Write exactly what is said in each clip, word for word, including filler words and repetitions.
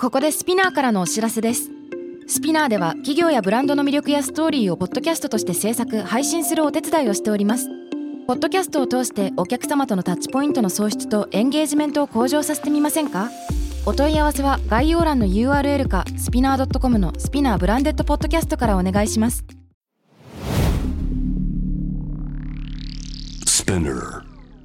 ここでスピナーからのお知らせです。スピナーでは企業やブランドの魅力やストーリーをポッドキャストとして制作・配信するお手伝いをしております。ポッドキャストを通してお客様とのタッチポイントの創出とエンゲージメントを向上させてみませんか？お問い合わせは概要欄の ユーアールエル かスピナー ドットコム のスピナーブランデッドポッドキャストからお願いします。 Spinner.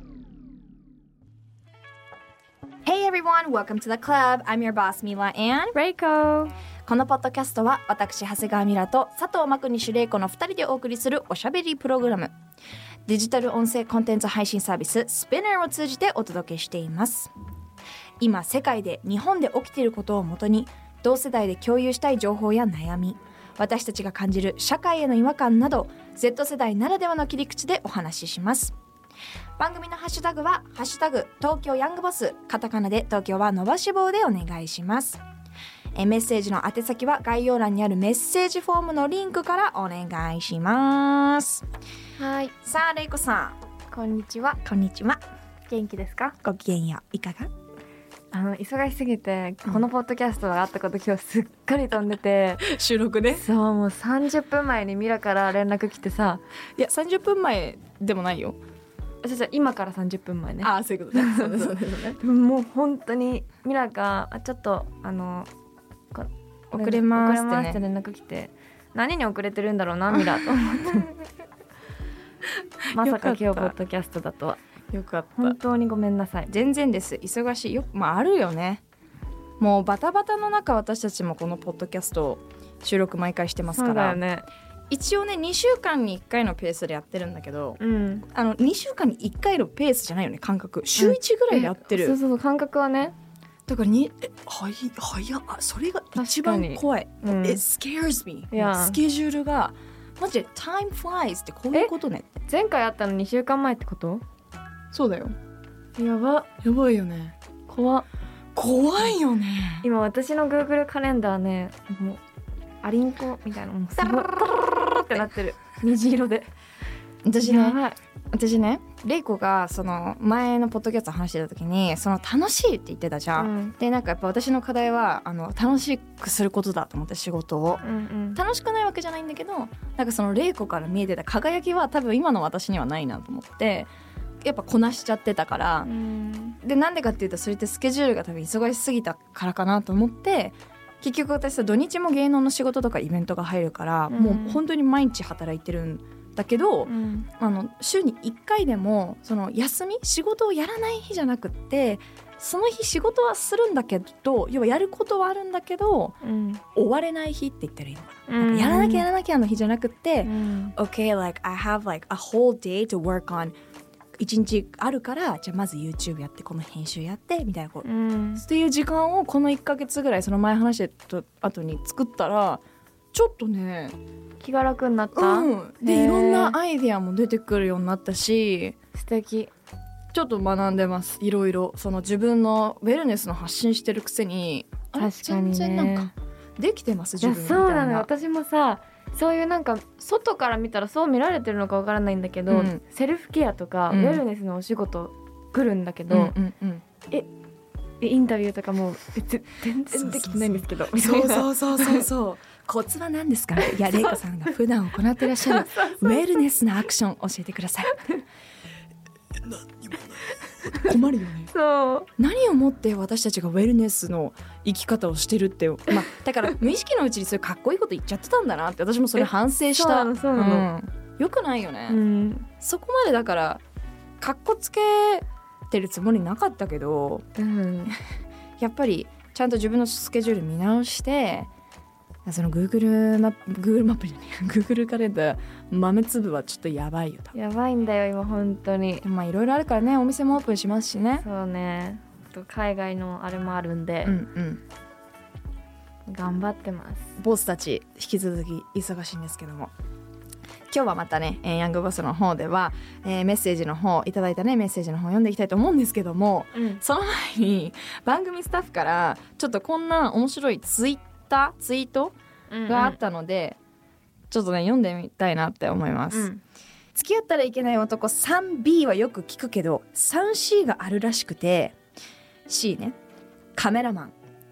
Hey everyone, welcome to the club. I'm your boss Mila and Reiko。 このポッドキャストは私長谷川ミラと佐藤真国主玲子のふたりでお送りするおしゃべりプログラム。デジタル音声コンテンツ配信サービス Spinner を通じてお届けしています。今世界で日本で起きていることをもとに同世代で共有したい情報や悩み、私たちが感じる社会への違和感など Z 世代ならではの切り口でお話しします。番組のハッシュタグはハッシュタグ東京ヤングボス、カタカナで東京は伸ばし棒でお願いします。えメッセージの宛先は概要欄にあるメッセージフォームのリンクからお願いします。 はい、 さあレイコさん、 こんにちは。 こんにちは。 元気ですか？ ごきげんよう。いかが？ あの忙しすぎて、うん、このポッドキャストがあったこと今日すっかり飛んでて収録でそうもうさんじゅっぷんまえにミラから連絡来てさ、 いやさんじゅっぷんまえでもないよ。 じゃあ今からさんじゅっぷんまえね。 ああそういうことね。そうですそうですね。 もう本当にミラがあちょっとあの遅れますってね、 遅れますって連絡来て、何に遅れてるんだろうなミラと思ってまさか今日ポッドキャストだとは。 よかった。 本当にごめんなさい。 全然です。忙しいよ。まああるよね。もうバタバタの中私たちもこのポッドキャスト収録毎回してますから。 そうだよね。 一応ねにしゅうかんにいっかいのペースでやってるんだけど、 うん、 あのにしゅうかんにいっかいのペースじゃないよね、感覚。週いちぐらいでやってる、 うん、そうそう感覚はね。 だからにえはい早っ、それが一番怖い、うん、It scares me。 スケジュールがマジで time flies ってこういうことね。 前回あったのにしゅうかんまえってこと？ そうだよ。 やばやばいよね。 怖怖いよね。 今私の Google カレンダーね、もうアリンコみたいな、もうすごいってなってる虹色で。 私ね私ねレイコがその前のポッドキャスト話してた時に、その楽しいって言ってたじゃん、うん、でなんかやっぱ私の課題はあの楽しくすることだと思って、仕事を、うんうん、楽しくないわけじゃないんだけど、なんかそのレイコから見えてた輝きは多分今の私にはないなと思って、やっぱこなしちゃってたから、うん、でなんでかっていうと、それってスケジュールが多分忙しすぎたからかなと思って、結局私さ土日も芸能の仕事とかイベントが入るから、うん、もう本当に毎日働いてるんだけど、うん、あの週にいっかいでもその休み仕事をやらない日じゃなくって、その日仕事はするんだけど、要はやることはあるんだけど、うん、終われない日って言ったらいいのかな、うん、なんかやらなきゃやらなきゃの日じゃなくって、うん、OK like I have like a whole day to work on、一日あるから、じゃあまず YouTube やって、この編集やってみたいなこう、うん、っていう時間をこのいっかげつぐらい、その前話してた後に作ったら、ちょっとね気が楽になった、 うん、でいろんなアイディアも出てくるようになったし、 素敵。 ちょっと学んでます。いろいろその自分のウェルネスの発信してるくせに、 確かにね、 全然なんかできてます自分みたいな。 いやそうなのよ。私もさ、そういうなんか外から見たらそう見られてるのかわからないんだけど、うん、セルフケアとか、うん、ウェルネスのお仕事来るんだけど、うんうんうん、えインタビューとかも全然できてないんですけど、 そうそうそうそうそうコツは何ですか？いやレイコさんが普段行っていらっしゃるウェルネスなアクション教えてください。何にもない困るよね。 そう何をもって私たちがウェルネスの生き方をしてるって、まあ、だから無意識のうちにそういうかっこいいこと言っちゃってたんだなって、私もそれ反省した。そうなのそうなの、うん、よくないよね、うん、そこまでだからかっこつけてるつもりなかったけど、うん、やっぱりちゃんと自分のスケジュール見直して、その Google マップ Google マップじゃない Google カレンダー豆粒はちょっとやばいよ。 やばいんだよ今本当に。 まあいろいろあるからね、お店もオープンしますしね。 そうね、海外のあれもあるんで、うんうん、頑張ってます。 ボスたち引き続き忙しいんですけども、今日はまたね、えー、ヤングボスの方では、えー、メッセージの方いただいたねメッセージの方読んでいきたいと思うんですけども、うん、その前に番組スタッフからちょっとこんな面白いツイッターツイートがあったので、うんうん、ちょっとね読んでみたいなって思います、うん、付き合ったらいけない男 スリービー はよく聞くけど スリーシー があるらしくて、 C ね、カメラマン、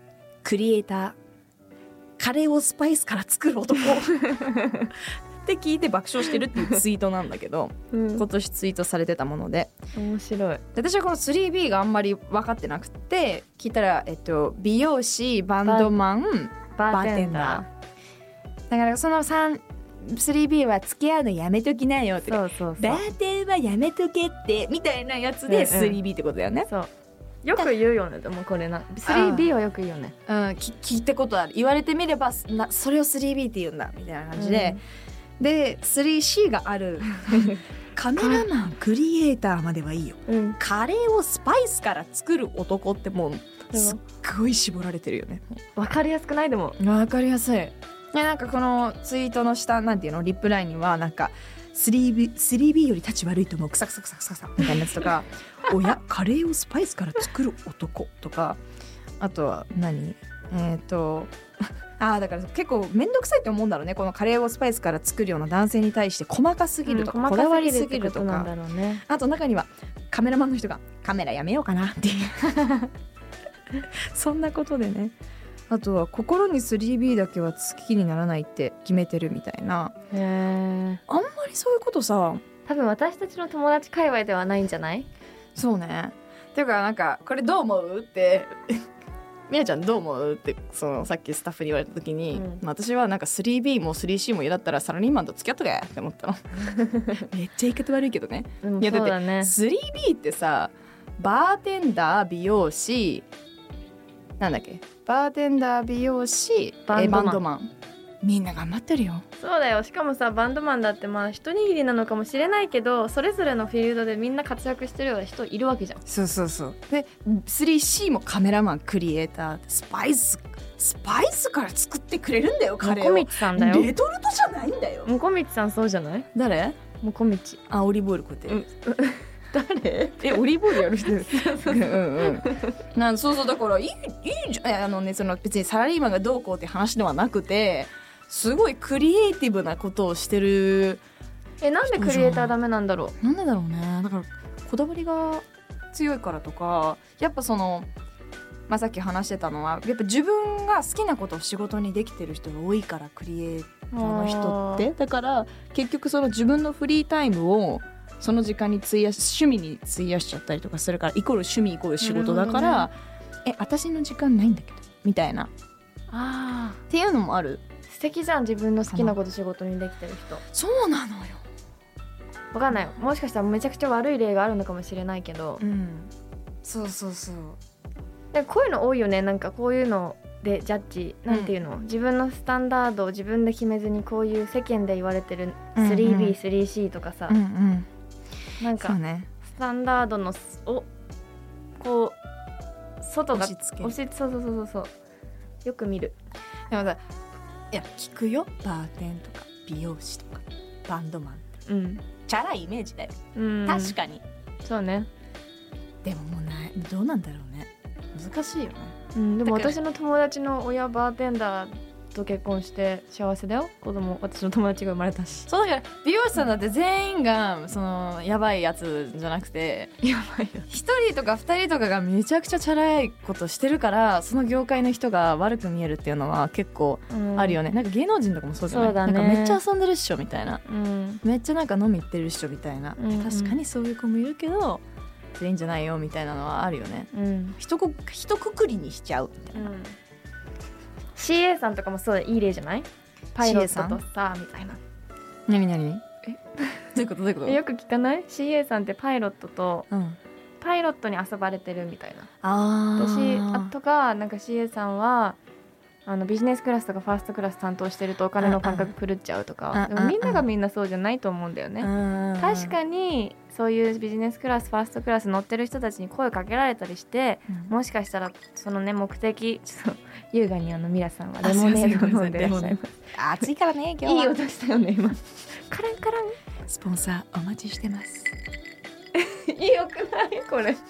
クリエイターカレーをスパイスから作る男って聞いて爆笑してるっていうツイートなんだけど、うん、今年ツイートされてたもので面白い。 私はこの スリービー があんまり分かってなくて聞いたら、えっと、美容師バンドマンバーテンダーだからその スリービー は付き合うのやめときなよって、そうそうそう、バーテンはやめとけってみたいなやつで スリービー ってことだよね、 うんうん、そうよく言うよね。でもこれな スリービー はよく言うよね。 うん、聞いたことある。言われてみればなそれを スリービー って言うんだみたいな感じで、うん、で スリーシー があるカメラマンクリエイターまではいいよ、うん、カレーをスパイスから作る男ってもうすっごい絞られてるよね。 わかりやすくない？でもわかりやすい。でなんかこのツイートの下なんていうのリップラインにはなんかスリービー スリービー より立ち悪いと思うクサクサクサクサクサみたいなやつとかおやカレーをスパイスから作る男とか、あとは何えっ、ー、とあだから結構めんどくさいって思うんだろうね。このカレーをスパイスから作るような男性に対して細かすぎるとか、うん、こだわりすぎるとか、ね、あと中にはカメラマンの人がカメラやめようかなっていうそんなことでね。あとは心に スリービー だけは好きにならないって決めてるみたいな。へー、あんまりそういうことさ多分私たちの友達界隈ではないんじゃない？ そうね。ていうかなんかこれどう思うってみやちゃんどう思うってそのさっきスタッフに言われた時に、うんまあ、私はなんか スリービー も スリーシー も嫌だったらサラリーマンと付き合っとけって思ったのめっちゃ言い方悪いけどね、 うん、いやだってそうだね、 スリービー ってさバーテンダー美容師なんだっけバーテンダー美容師バンドマン、バンドマンみんな頑張ってるよ。 そうだよ。しかもさバンドマンだってまあ一握りなのかもしれないけどそれぞれのフィールドでみんな活躍してるような人いるわけじゃん。 そうそうそう。で スリーシー もカメラマンクリエイタースパイススパイスから作ってくれるんだよカレーを。 もこみちさんだよ。 レトルトじゃないんだよ。 もこみちさんそうじゃない？ 誰？ もこみち。 あオリーブオイルこうやって、うん誰？ えオリーブオイルやる人ですうんうんなんそうそうだからいいいいじゃん。あのねその別にサラリーマンがどうこうって話ではなくてすごいクリエイティブなことをしてる。 えなんでクリエイターダメなんだろう。なんでだろうね。だからこだわりが強いからとかやっぱその、まあ、さっき話してたのはやっぱ自分が好きなことを仕事にできてる人が多いからクリエイターの人ってだから結局その自分のフリータイムをその時間に費やし趣味に費やしちゃったりとかするからイコール趣味イコール仕事だから、ね、え私の時間ないんだけどみたいなあっていうのもある。 素敵じゃん自分の好きなこと仕事にできてる人。 そうなのよ。 わかんない。もしかしたらめちゃくちゃ悪い例があるのかもしれないけど、 うん、そうそうそう。 でこういうの多いよね。なんかこういうのでジャッジなんていうの、うん、自分のスタンダードを自分で決めずにこういう世間で言われてる スリービー、スリーシー とかさ、うんうん、なんか、ね、スタンダードのをこう外が押し付け押しそうそうそうそうよく見る。 でもさいや聞くよバーテンとか美容師とかバンドマンって、うん、チャラいイメージだよ、うん、確かにそうね。 でももうないどうなんだろうね。難しいよね、 うん、でも私の友達の親バーテンダーと結婚して幸せだよ。子供私の友達が生まれたし。 そうだから美容師さんだって全員がそのやばいやつじゃなくてやばいやつひとりとかふたりとかがめちゃくちゃチャラいことしてるからその業界の人が悪く見えるっていうのは結構あるよね、うん、なんか芸能人とかもそうじゃない？そうだね、なんかめっちゃ遊んでるっしょみたいな、うん、めっちゃなんか飲み行ってるっしょみたいな、うんうん、確かにそういう子もいるけど全員じゃないよみたいなのはあるよね、うん、ひとこひとくくりにしちゃうみたいな、うん、 シーエー さんとかもそういい例じゃない？パイロットとさみたいな。 何何？えどういうことどういうこと？ よく聞かない？ シーエー さんってパイロットと、うん、パイロットに遊ばれてるみたいな。あ私あとかなんか シーエー さんはあのビジネスクラスとかファーストクラス担当してるとお金の感覚狂っちゃうとか。でもみんながみんなそうじゃないと思うんだよね。確かにそういうビジネスクラスファーストクラス乗ってる人たちに声かけられたりして、うん、もしかしたらそのね目的ちょっと優雅にあのミラさんはレモネードを飲んでらっしゃいます。 暑いからね今日は。 いい音したよね今。カランカラン。 スポンサーお待ちしてます。 よくないこれ。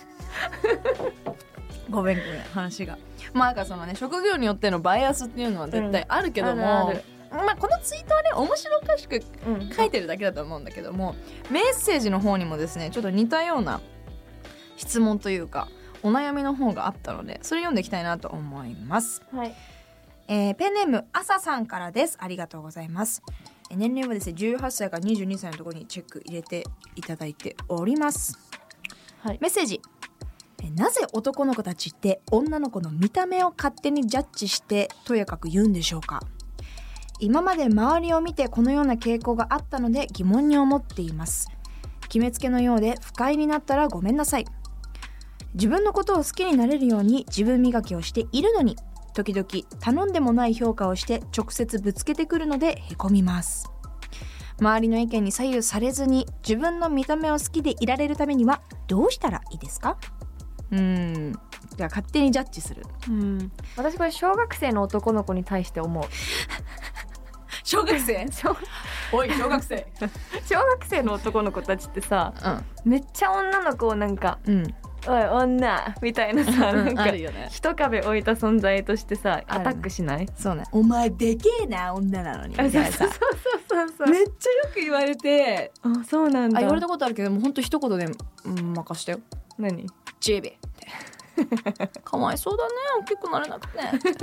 ごめんごめん話が。まあなんかそのね職業によってのバイアスっていうのは絶対あるけども。うんあるあるまあ、このツイートはね面白おかしく書いてるだけだと思うんだけども、うん、メッセージの方にもですねちょっと似たような質問というかお悩みの方があったのでそれ読んでいきたいなと思います。 はい、 えー、ペンネームあささんからです。ありがとうございます。えー、年齢はですねじゅうはっさいからにじゅうにさいのところにチェック入れていただいております。 はい、 メッセージ。えー、なぜ男の子たちって女の子の見た目を勝手にジャッジしてとやかく言うんでしょうか。今まで周りを見てこのような傾向があったので疑問に思っています。決めつけのようで不快になったらごめんなさい。自分のことを好きになれるように自分磨きをしているのに時々頼んでもない評価をして直接ぶつけてくるのでへこみます。周りの意見に左右されずに自分の見た目を好きでいられるためにはどうしたらいいですか。うーんじゃあ勝手にジャッジする。 うん私これ小学生の男の子に対して思う。 小学生おい小学生小学生の男の子たちってさ、うん、めっちゃ女の子をなんか、うん、おい女みたいなさ、うん、なんか一壁置いた存在としてさアタックしない？ そうね。お前でけえな女なのにみたいなさ。そうそうそうそうめっちゃよく言われて。 あそうなんだ。 あ言われたことあるけどもうほんと一言で、うん、任したよ。 何？ チービーかわいそうだね大きくなれなくて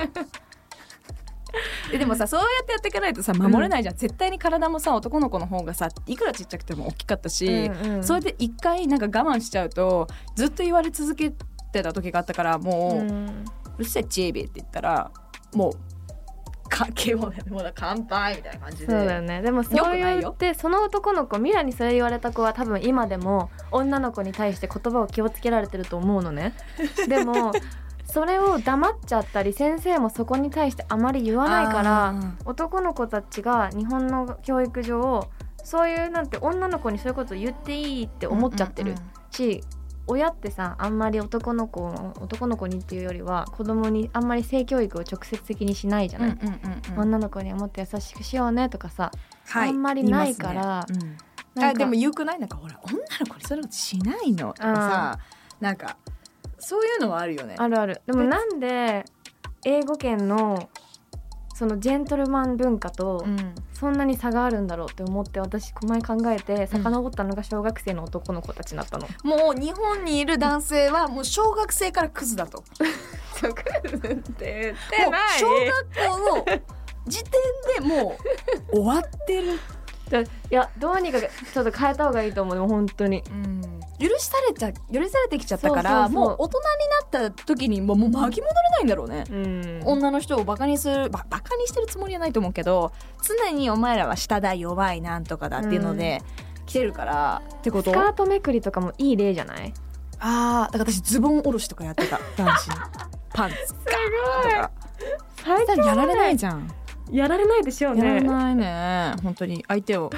で, でもさそうやってやっていかないとさ守れないじゃん、うん、絶対に体もさ男の子の方がさいくらちっちゃくても大きかったし、うんうん、それで一回なんか我慢しちゃうとずっと言われ続けてた時があったからもう、うん、うるせえチービーって言ったらもうかけもうだ乾杯みたいな感じで。 そうだよね。でもそう言ってその男の子ミラにそれ言われた子は多分今でも女の子に対して言葉を気をつけられてると思うのね。でもそれを黙っちゃったり先生もそこに対してあまり言わないから男の子たちが日本の教育上そういうなんて女の子にそういうことを言っていいって思っちゃってる、うんうんうん、し親ってさあんまり男の子男の子にっていうよりは子供にあんまり性教育を直接的にしないじゃない、うんうんうんうん、女の子にはもっと優しくしようねとかさ、はい、あんまりないから、ねうん、なんかあでもよくないなんかほら女の子にそういうことしないのとかさなんかそういうのはあるよね。 あるある。でもなんで英語圏のそのジェントルマン文化とそんなに差があるんだろうって思って私前考えて遡ったのが小学生の男の子たちだったの、 うん、もう日本にいる男性はもう小学生からクズだとクズって言ってない小学校の時点でもう終わってるいやどうにかちょっと変えた方がいいと思う。でも本当に、うん許されちゃ許されてきちゃったからそうそうそうもう大人になった時にもう、もう巻き戻れないんだろうね、うん、女の人をバカにするバカにしてるつもりはないと思うけど常にお前らは下だ弱いなんとかだっていうので、うん、来てるからってこと。 スカートめくりとかもいい例じゃない？ あーだから私ズボン下ろしとかやってた男子にパンツガーとか最近やられないじゃん。 やられないでしょうね。 やらないね本当に相手を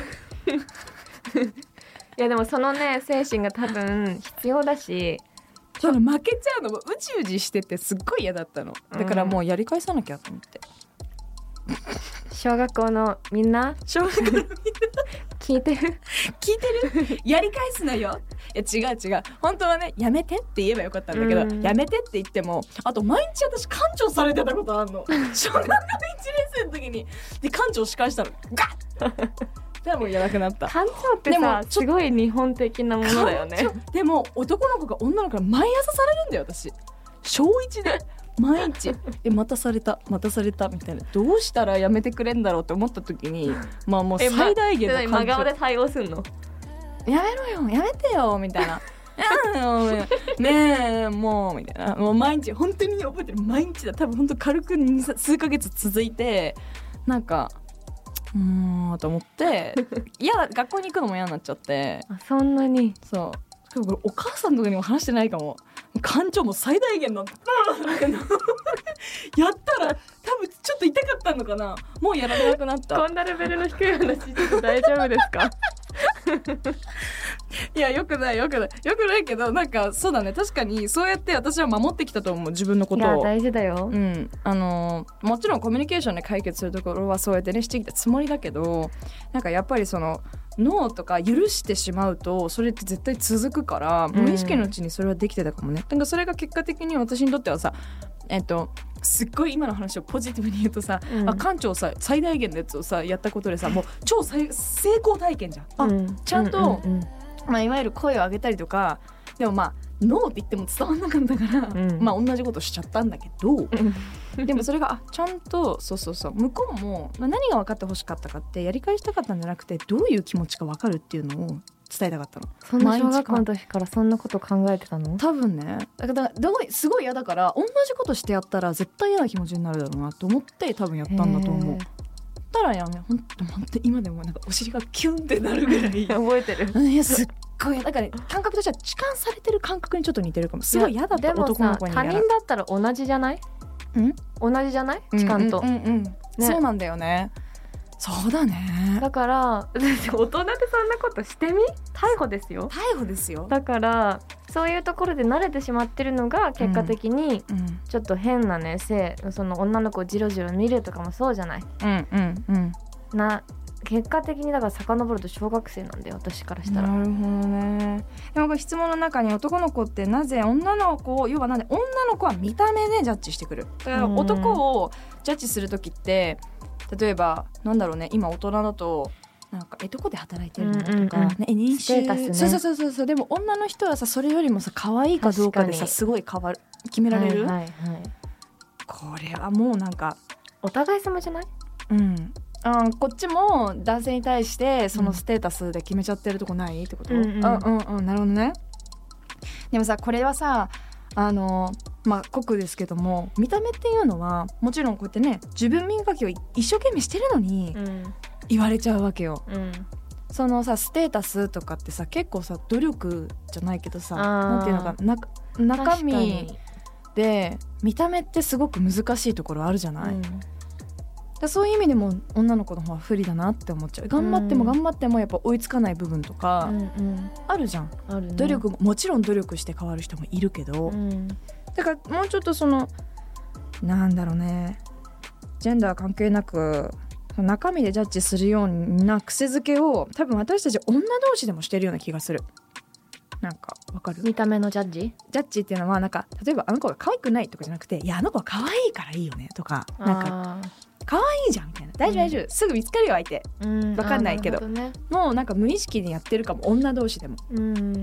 いやでもそのね精神が多分必要だしその負けちゃうのもうじうじしててすっごい嫌だったのだからもうやり返さなきゃと思って、 うん、小学校のみんな小学校のみんな聞いてる聞いてるやり返すなよ。いや違う違う本当はねやめてって言えばよかったんだけど、うん、やめてって言ってもあと毎日私館長されてたことあるの小学校いちねん生の時にで館長仕返したのガッでもやなくなった。 館長ってさすごい日本的なものだよね。 でも男の子が女の子から毎朝されるんだよ私小いちで毎日えまたされたまたされたみたいなどうしたらやめてくれんだろうって思った時にまあもう最大限の感情真顔で対応すんのやめろよやめてよみたいなねえもうみたいなもう毎日本当に覚えてる毎日だ多分本当軽くに数ヶ月続いてなんかうーんと思っていや学校に行くのも嫌になっちゃってあそんなにそうこれお母さんとかにも話してないかも感情も最大限のやったら多分ちょっと痛かったのかなもうやられなくなったこんなレベルの低い話ちょっと大丈夫ですかいやよくないよくないよくないけどなんかそうだね確かにそうやって私は守ってきたと思う自分のことを。 いや大事だよ、 うんあのー、もちろんコミュニケーションで解決するところはそうやってねしてきたつもりだけどなんかやっぱりそのノーとか許してしまうとそれって絶対続くから、うん、無意識のうちにそれはできてたかもね。なんかそれが結果的に私にとってはさえっとすっごい今の話をポジティブに言うとさ、うん、あ館長さ最大限のやつをさやったことでさもう超成功体験じゃん、あ、うん、ちゃんと、うんうんうんまあ、いわゆる声を上げたりとかでもまあノーって言っても伝わんなかったから、うん、まあ同じことしちゃったんだけどでもそれがあちゃんとそうそうそう向こうも、まあ、何が分かってほしかったかってやり返したかったんじゃなくてどういう気持ちか分かるっていうのを伝えたかったの。 そんな小学校の時からそんなこと考えてたの？ 多分ねだからすごい嫌だから同じことしてやったら絶対嫌な気持ちになるだろうなと思って多分やったんだと思う。たらやめほんとほんと今でもなんかお尻がキュンってなるぐらい覚えてる。 いやすっごいだから、ね、感覚としては痴漢されてる感覚にちょっと似てるかも。すごい嫌だった男の子にやら。 でもさ他人だったら同じじゃない？ん同じじゃない痴漢と、 うんうんうんうんね、そうなんだよね。そうだね。 だから大人でそんなことしてみ逮捕ですよ。 逮捕ですよ。 だからそういうところで慣れてしまってるのが結果的にちょっと変なね性その女の子をジロジロ見るとかもそうじゃない、 うんうんうん、 な結果的にだから遡ると小学生なんだよ私からしたら。 なるほどね。でもこれ質問の中に男の子ってなぜ女の子を要はなんで女の子は見た目でジャッジしてくる。だから男をジャッジする時って例えばなんだろうね今大人だとなんかえどこで働いてるのとか、うんうんうんね、年収ステータスね。 そうそうそうそう。でも女の人はさそれよりもさ可愛いかどうかでさすごい変わる決められる、 はいはいはい、 これはもうなんかお互い様じゃない？ うんあこっちも男性に対してそのステータスで決めちゃってるとこないってこと、うんうんうんうん、なるほどね。でもさこれはさあのまあ酷ですけども見た目っていうのはもちろんこうやってね自分磨きを一生懸命してるのに言われちゃうわけよ、うん、そのさステータスとかってさ結構さ努力じゃないけどさなんていうのかな中身で見た目ってすごく難しいところあるじゃない、うん、だそういう意味でも女の子の方は不利だなって思っちゃう。頑張っても頑張ってもやっぱ追いつかない部分とかあるじゃん、うんうん、努力ももちろん努力して変わる人もいるけど、うん、だからもうちょっとそのなんだろうねジェンダー関係なく中身でジャッジするような癖づけを多分私たち女同士でもしてるような気がする。なんかわかる？ 見た目のジャッジ？ ジャッジっていうのはなんか例えばあの子が可愛くないとかじゃなくていやあの子は可愛いからいいよねとかなんか可愛いじゃんみたいな大丈夫大丈夫、うん、すぐ見つかるよ相手、うん、分かんないけど、ね、もうなんか無意識にやってるかも女同士でも、うん、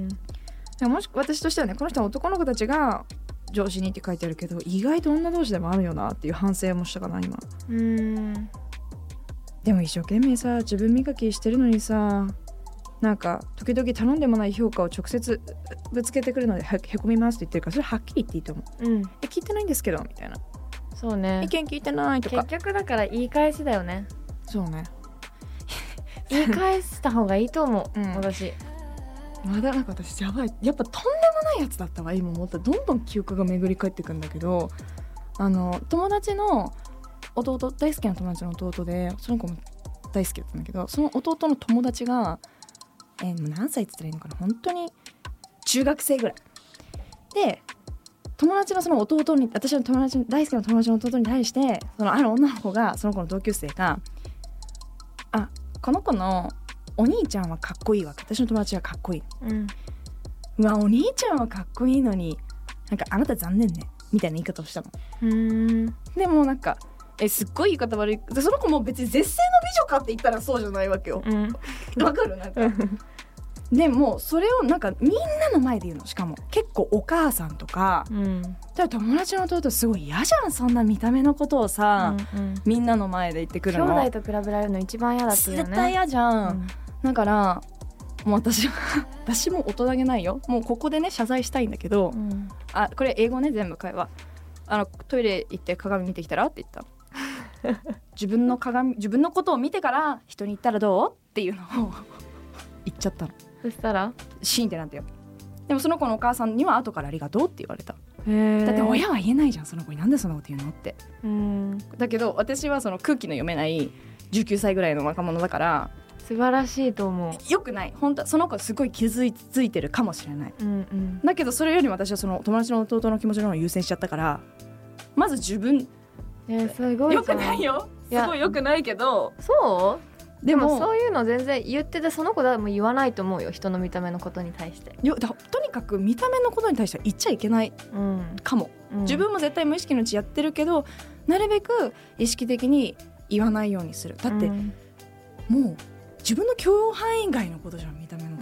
でももし私としてはねこの人は男の子たちが上司にって書いてあるけど意外と女同士でもあるよなっていう反省もしたかな今。うんでも一生懸命さ自分磨きしてるのにさなんか時々頼んでもない評価を直接ぶつけてくるので へ, へこみますって言ってるからそれはっきり言っていいと思う、うん、え聞いてないんですけどみたいな。 そうね意見聞いてないとか結局だから言い返しだよね。 そうね言い返した方がいいと思う、うん、私まだなんか私やばいやっぱとんでもないやつだったわ今思った。どんどん記憶が巡り返ってくんだけどあの友達の弟大好きな友達の弟でその子も大好きだったんだけどその弟の友達が、えー、何歳って言ったらいいのかな本当に中学生ぐらいで友達のその弟に私の友達大好きな友達の弟に対してそのある女の子がその子の同級生があこの子のお兄ちゃんはかっこいいわ私の友達はかっこいい、うん、うわお兄ちゃんはかっこいいのになんかあなた残念ねみたいな言い方をしたの。うーんでもなんかえすっごい言い方悪いその子も別に絶世の美女かって言ったらそうじゃないわけよ、うん、わかるなんかでもそれをなんかみんなの前で言うのしかも結構お母さんとか、うん、だ友達の弟すごい嫌じゃんそんな見た目のことをさ、うんうん、みんなの前で言ってくるの兄弟と比べられるの一番嫌だっていうね絶対嫌じゃん、うん、だからもう私は私も大人げないよもうここでね謝罪したいんだけど、うん、あこれ英語ね全部会話あのトイレ行って鏡見てきたらって言った自分の鏡自分のことを見てから人に言ったらどうっていうのを言っちゃったの。 そしたらシーンってなったよ。でもその子のお母さんには後からありがとうって言われた。へだって親は言えないじゃんその子になんでそんなこと言うのって。うんだけど私はその空気の読めないじゅうきゅうさいぐらいの若者だから素晴らしいと思う。 よくない本当はその子はすごい気づいついてるかもしれない、うんうん、だけどそれよりも私はその友達の弟の気持ちの方を優先しちゃったからまず自分えすごいよくないよすごいよくないけどそうでも、でもそういうの全然言っててその子でも言わないと思うよ人の見た目のことに対してよだとにかく見た目のことに対しては言っちゃいけないかも、うん、自分も絶対無意識のうちやってるけどなるべく意識的に言わないようにする。だって、うん、もう自分の許容範囲外のことじゃん見た目のこ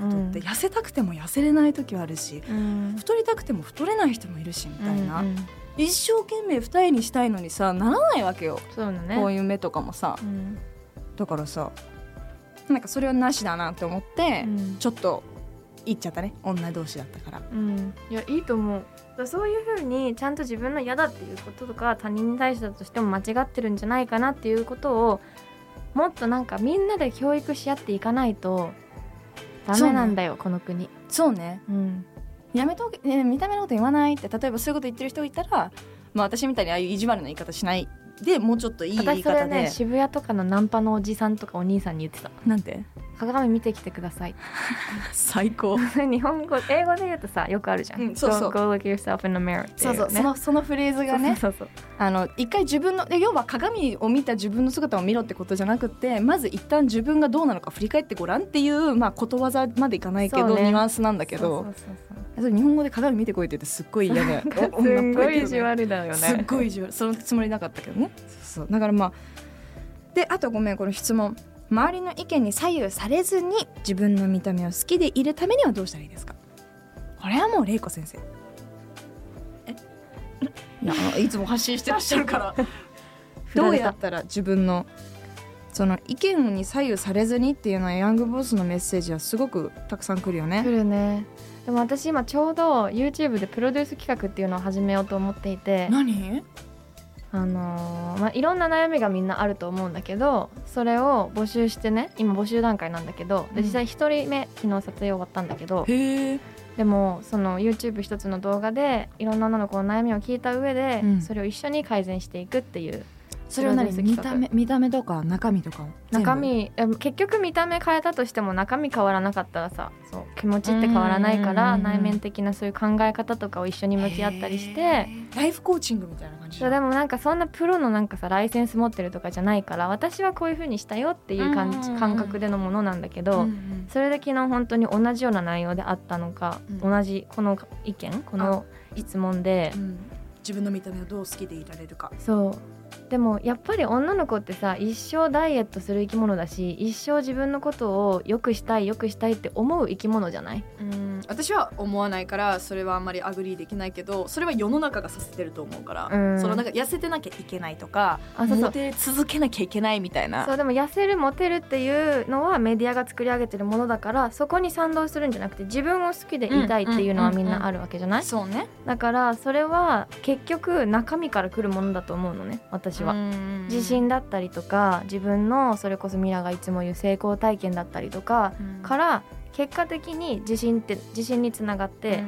ことって、うん、痩せたくても痩せれない時はあるし、うん、太りたくても太れない人もいるしみたいな、うんうん、一生懸命二重にしたいのにさならないわけよ。 そうだね、 こういう目とかもさ、うん、だからさなんかそれはなしだなって思って、うん、ちょっと言っちゃったね、女同士だったから、 うん、いやいいと思う。そういう風にちゃんと自分の嫌だっていうこととか他人に対してだとしても間違ってるんじゃないかなっていうことをもっとなんかみんなで教育し合っていかないとダメなんだよ、ね、この国。 そうね、うん、やめとけ、ね、見た目のこと言わないって例えばそういうこと言ってる人がいたら、まあ、私みたいにああいう意地悪な言い方しないでもうちょっといい言い方で。 私それね渋谷とかのナンパのおじさんとかお兄さんに言ってた。 なんて鏡見てきてください最高日本語英語で言うとさよくあるじゃん、うん、 そうそう Go look yourself in the mirror っていう、ね、 そうそうその、そのフレーズがね、 そうそうそうあの一回自分の要は鏡を見た自分の姿を見ろってことじゃなくてまず一旦自分がどうなのか振り返ってごらんっていう、まあ、ことわざまでいかないけど、ね、ニュアンスなんだけど、そうそうそうそう、日本語で鏡見てこいって言ってすっごい嫌だよすっごい意地悪だよね。 すっごい意地悪、そのつもりなかったけどね。そうそう、だからまあであとごめんこの質問、周りの意見に左右されずに自分の見た目を好きでいるためにはどうしたらいいですか。これはもう玲子先生えいやいつも発信してらっしゃるからどうやったら自分のその意見に左右されずにっていうのはヤングボスのメッセージはすごくたくさん来るよね。 来るね。でも私今ちょうど YouTube でプロデュース企画っていうのを始めようと思っていて。 何？ あのーまあ、いろんな悩みがみんなあると思うんだけどそれを募集してね今募集段階なんだけど、で実際ひとりめ昨日撮影終わったんだけど、 へー、 でもその YouTube 一つの動画でいろんな女の子の悩みを聞いた上で、うん、それを一緒に改善していくっていう。 それは何？見た目、見た目とか中身とか中身結局見た目変えたとしても中身変わらなかったらさ、そう気持ちって変わらないから内面的なそういう考え方とかを一緒に向き合ったりしてライフコーチングみたいな感じ。 そうでもなんかそんなプロのなんかさライセンス持ってるとかじゃないから私はこういう風にしたよっていう感じ感覚でのものなんだけど、うんうん、それで昨日本当に同じような内容であったのか、うん、同じこの意見この質問で、うん、 自分の見た目をどう好きでいられるか。 そうでもやっぱり女の子ってさ一生ダイエットする生き物だし一生自分のことを良くしたい良くしたいって思う生き物じゃない？ うん、私は思わないからそれはあんまりアグリーできないけどそれは世の中がさせてると思うから、うん、そのなんか痩せてなきゃいけないとかあそうそうモテ続けなきゃいけないみたいな。 そうでも痩せるモテるっていうのはメディアが作り上げてるものだからそこに賛同するんじゃなくて自分を好きでいたいっていうのはみんなあるわけじゃない？ そうね。 だからそれは結局中身から来るものだと思うのね私は。自信だったりとか自分のそれこそミラがいつも言う成功体験だったりとかから結果的に自信って自信につながって、うんうんうん、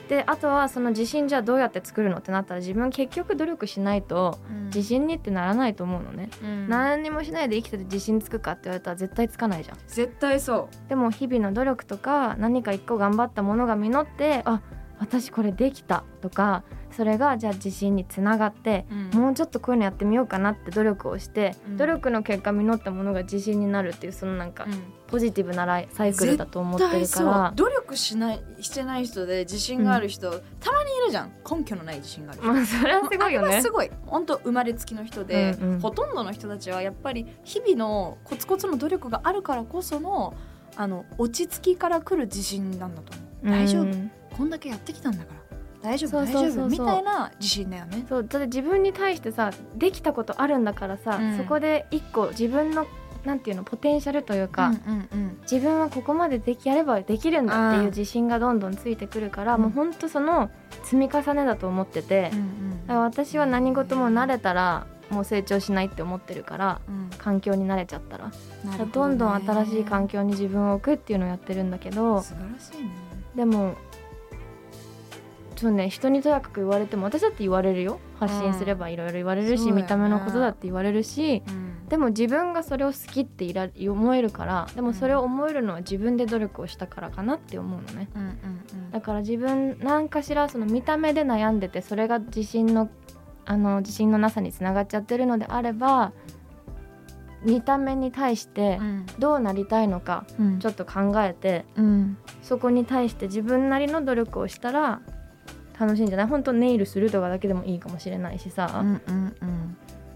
であとはその自信じゃどうやって作るのってなったら自分結局努力しないと自信にってならないと思うのね、うん、何にもしないで生きてて自信つくかって言われたら絶対つかないじゃん。 絶対そう。 でも日々の努力とか何か一個頑張ったものが実ってあ私これできたとかそれがじゃあ自信につながって、うん、もうちょっとこういうのやってみようかなって努力をして、うん、努力の結果実ったものが自信になるっていうそのなんか、うん、ポジティブなサイクルだと思ってるから努力しないしてない人で自信がある人、うん、たまにいるじゃん根拠のない自信がある人、 まあ、それはすごいよね。 すごい本当生まれつきの人で、うんうん、ほとんどの人たちはやっぱり日々のコツコツの努力があるからこその、あの落ち着きから来る自信なんだと思う。大丈夫、うん、こんだけやってきたんだから大丈夫大丈夫みたいな自信だよね。 そうだって自分に対してさできたことあるんだからさ、うん、そこで一個自分のなんていうのポテンシャルというか、うんうんうん、自分はここまでできやればできるんだっていう自信がどんどんついてくるから、うん、もうほんとその積み重ねだと思ってて、うんうん、だから私は何事も慣れたらもう成長しないって思ってるから、うん、環境に慣れちゃったら、らどんどん新しい環境に自分を置くっていうのをやってるんだけど、 素晴らしいね。 でもそうね、人にとやかく言われても私だって言われるよ。発信すればいろいろ言われるし、うん、見た目のことだって言われるし、うん、でも自分がそれを好きっていら思えるから、でもそれを思えるのは自分で努力をしたからかなって思うのね、うんうんうん、だから自分何かしらその見た目で悩んでてそれが自信のあの自信のなさにつながっちゃってるのであれば、見た目に対してどうなりたいのかちょっと考えて、うん、そこに対して自分なりの努力をしたら楽しいんじゃない？本当ネイルするとかだけでもいいかもしれないしさ、うんうんうん、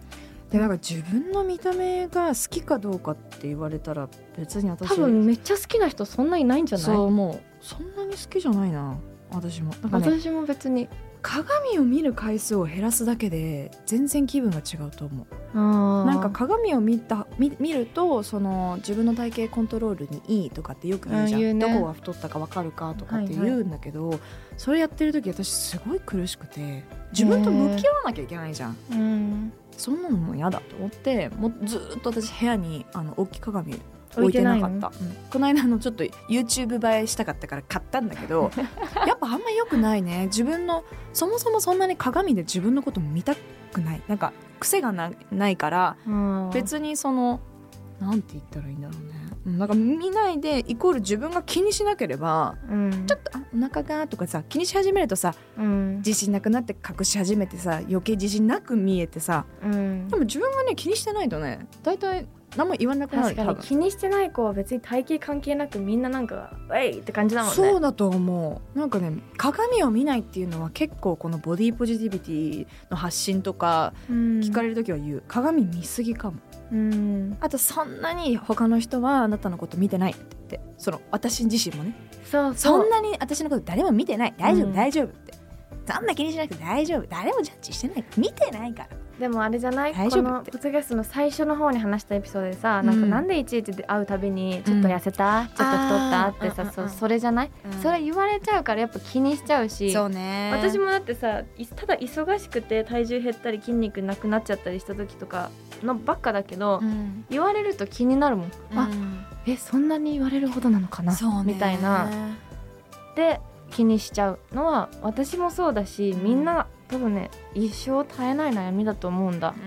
でなんか自分の見た目が好きかどうかって言われたら別に私多分めっちゃ好きな人そんなにないんじゃない？ そうもうそんなに好きじゃないな私も。なんかね、 私も別に鏡を見る回数を減らすだけで全然気分が違うと思う。 あなんか鏡を見た 見, 見るとその自分の体型コントロールにいいとかってよく言うじゃん、 うん言うね、 どこが太ったか分かるかとかって言うんだけど、はいはい、それやってる時私すごい苦しくて自分と向き合わなきゃいけないじゃん、 うん、 そんなのも嫌だと思ってもうずっと私部屋にあの大きい鏡置いてなかった。うん、この間のちょっと YouTube 映えしたかったから買ったんだけどやっぱあんまり良くないね。自分のそもそもそんなに鏡で自分のこと見たくない。なんか癖が な, ないから別にそのなんて言ったらいいんだろうね、うん、なんか見ないでイコール自分が気にしなければ、うん、ちょっとあお腹がとかさ気にし始めるとさ、うん、自信なくなって隠し始めてさ余計自信なく見えてさ、うん、でも自分がね気にしてないとねだいたい何も言わなくなる。 確かに気にしてない子は別に体型関係なくみんななんかウェイって感じだもんね。 そうだと思う。なんかね鏡を見ないっていうのは結構このボディポジティビティの発信とか聞かれるときは言う、うん、鏡見すぎかも、うん、あとそんなに他の人はあなたのこと見てないって言ってその私自身もねそうそうそんなに私のこと誰も見てない大丈夫、うん、大丈夫ってそんな気にしなくて大丈夫誰もジャッジしてない見てないから。 でもあれじゃないこのポッドキャストの最初の方に話したエピソードでさ、うん、なんかなんでいちいち会うたびにちょっと痩せた、うん、ちょっと太ったってさ、そ, それじゃない、うん、それ言われちゃうからやっぱ気にしちゃうし。 そうね。 私もだってさただ忙しくて体重減ったり筋肉なくなっちゃったりした時とかのばっかだけど、うん、言われると気になるもん、うん、あえそんなに言われるほどなのかなみたいなで気にしちゃうのは私もそうだし、うん、みんな多分ね一生絶えない悩みだと思うんだ、うん、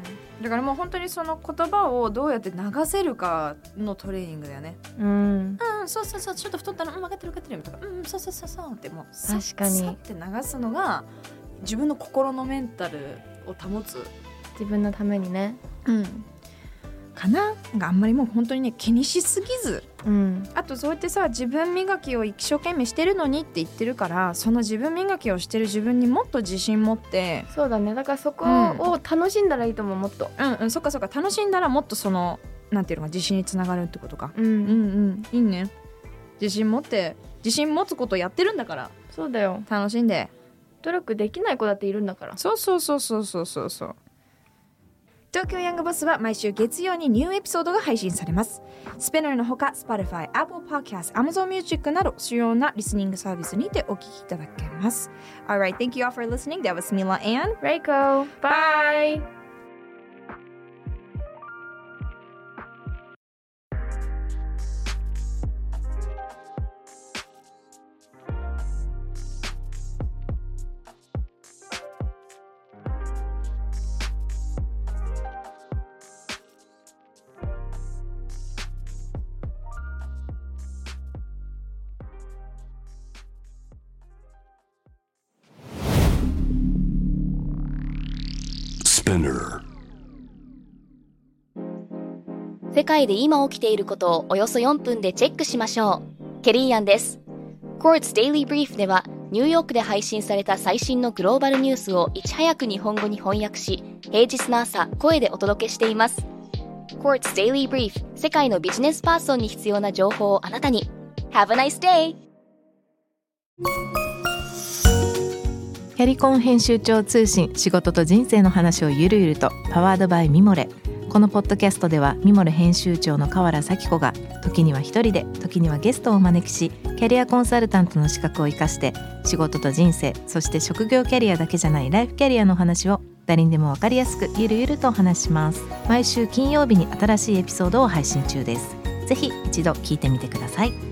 だからもう本当にその言葉をどうやって流せるかのトレーニングだよね。うん、うん、そうそうそうちょっと太ったの、うん、分かってる分かってるとか、うん、そうそうそうそうってもう確かにさって流すのが自分の心のメンタルを保つ自分のためにね、 うん、かな。なんかあんまりもう本当にね気にしすぎず、うん、あとそうやってさ自分磨きを一生懸命してるのにって言ってるからその自分磨きをしてる自分にもっと自信持って。 そうだねだからそこを楽しんだらいいと思う。もっとうんうんそっかそっか楽しんだらもっとそのなんていうのか自信につながるってことか、うん、うんうんいいね。自信持って自信持つことやってるんだからそうだよ楽しんで。 努力できない子だっているんだから。 そうそうそうそうそうそうそう。東京ヤングボスは毎週月曜にニューエピソードが配信されます。スペナーのほか Spotify、Apple Podcast、Amazon Music など主要なリスニングサービスにてお聞きいただけます。Alright, thank you all for listening. That was Mila and Reiko. Bye! Spinner 世界で今起きていることをおよそよんぷんでチェックしましょう。ケリーアンです。 Quartz Daily Brief ではニューヨークで配信された最新のグローバルニュースをいち早く日本語に翻訳し平日の朝声でお届けしています。 Quartz Daily Brief 世界のビジネスパーソンに必要な情報をあなたに。 Have a nice day! キャリコン編集長通信仕事と人生の話をゆるゆるとパワードバイミモレ。このポッドキャストではミモレ編集長の河原咲子が時には一人で時にはゲストをお招きしキャリアコンサルタントの資格を生かして仕事と人生そして職業キャリアだけじゃないライフキャリアの話を誰にでも分かりやすくゆるゆるとお話します。毎週金曜日に新しいエピソードを配信中です。ぜひ一度聞いてみてください。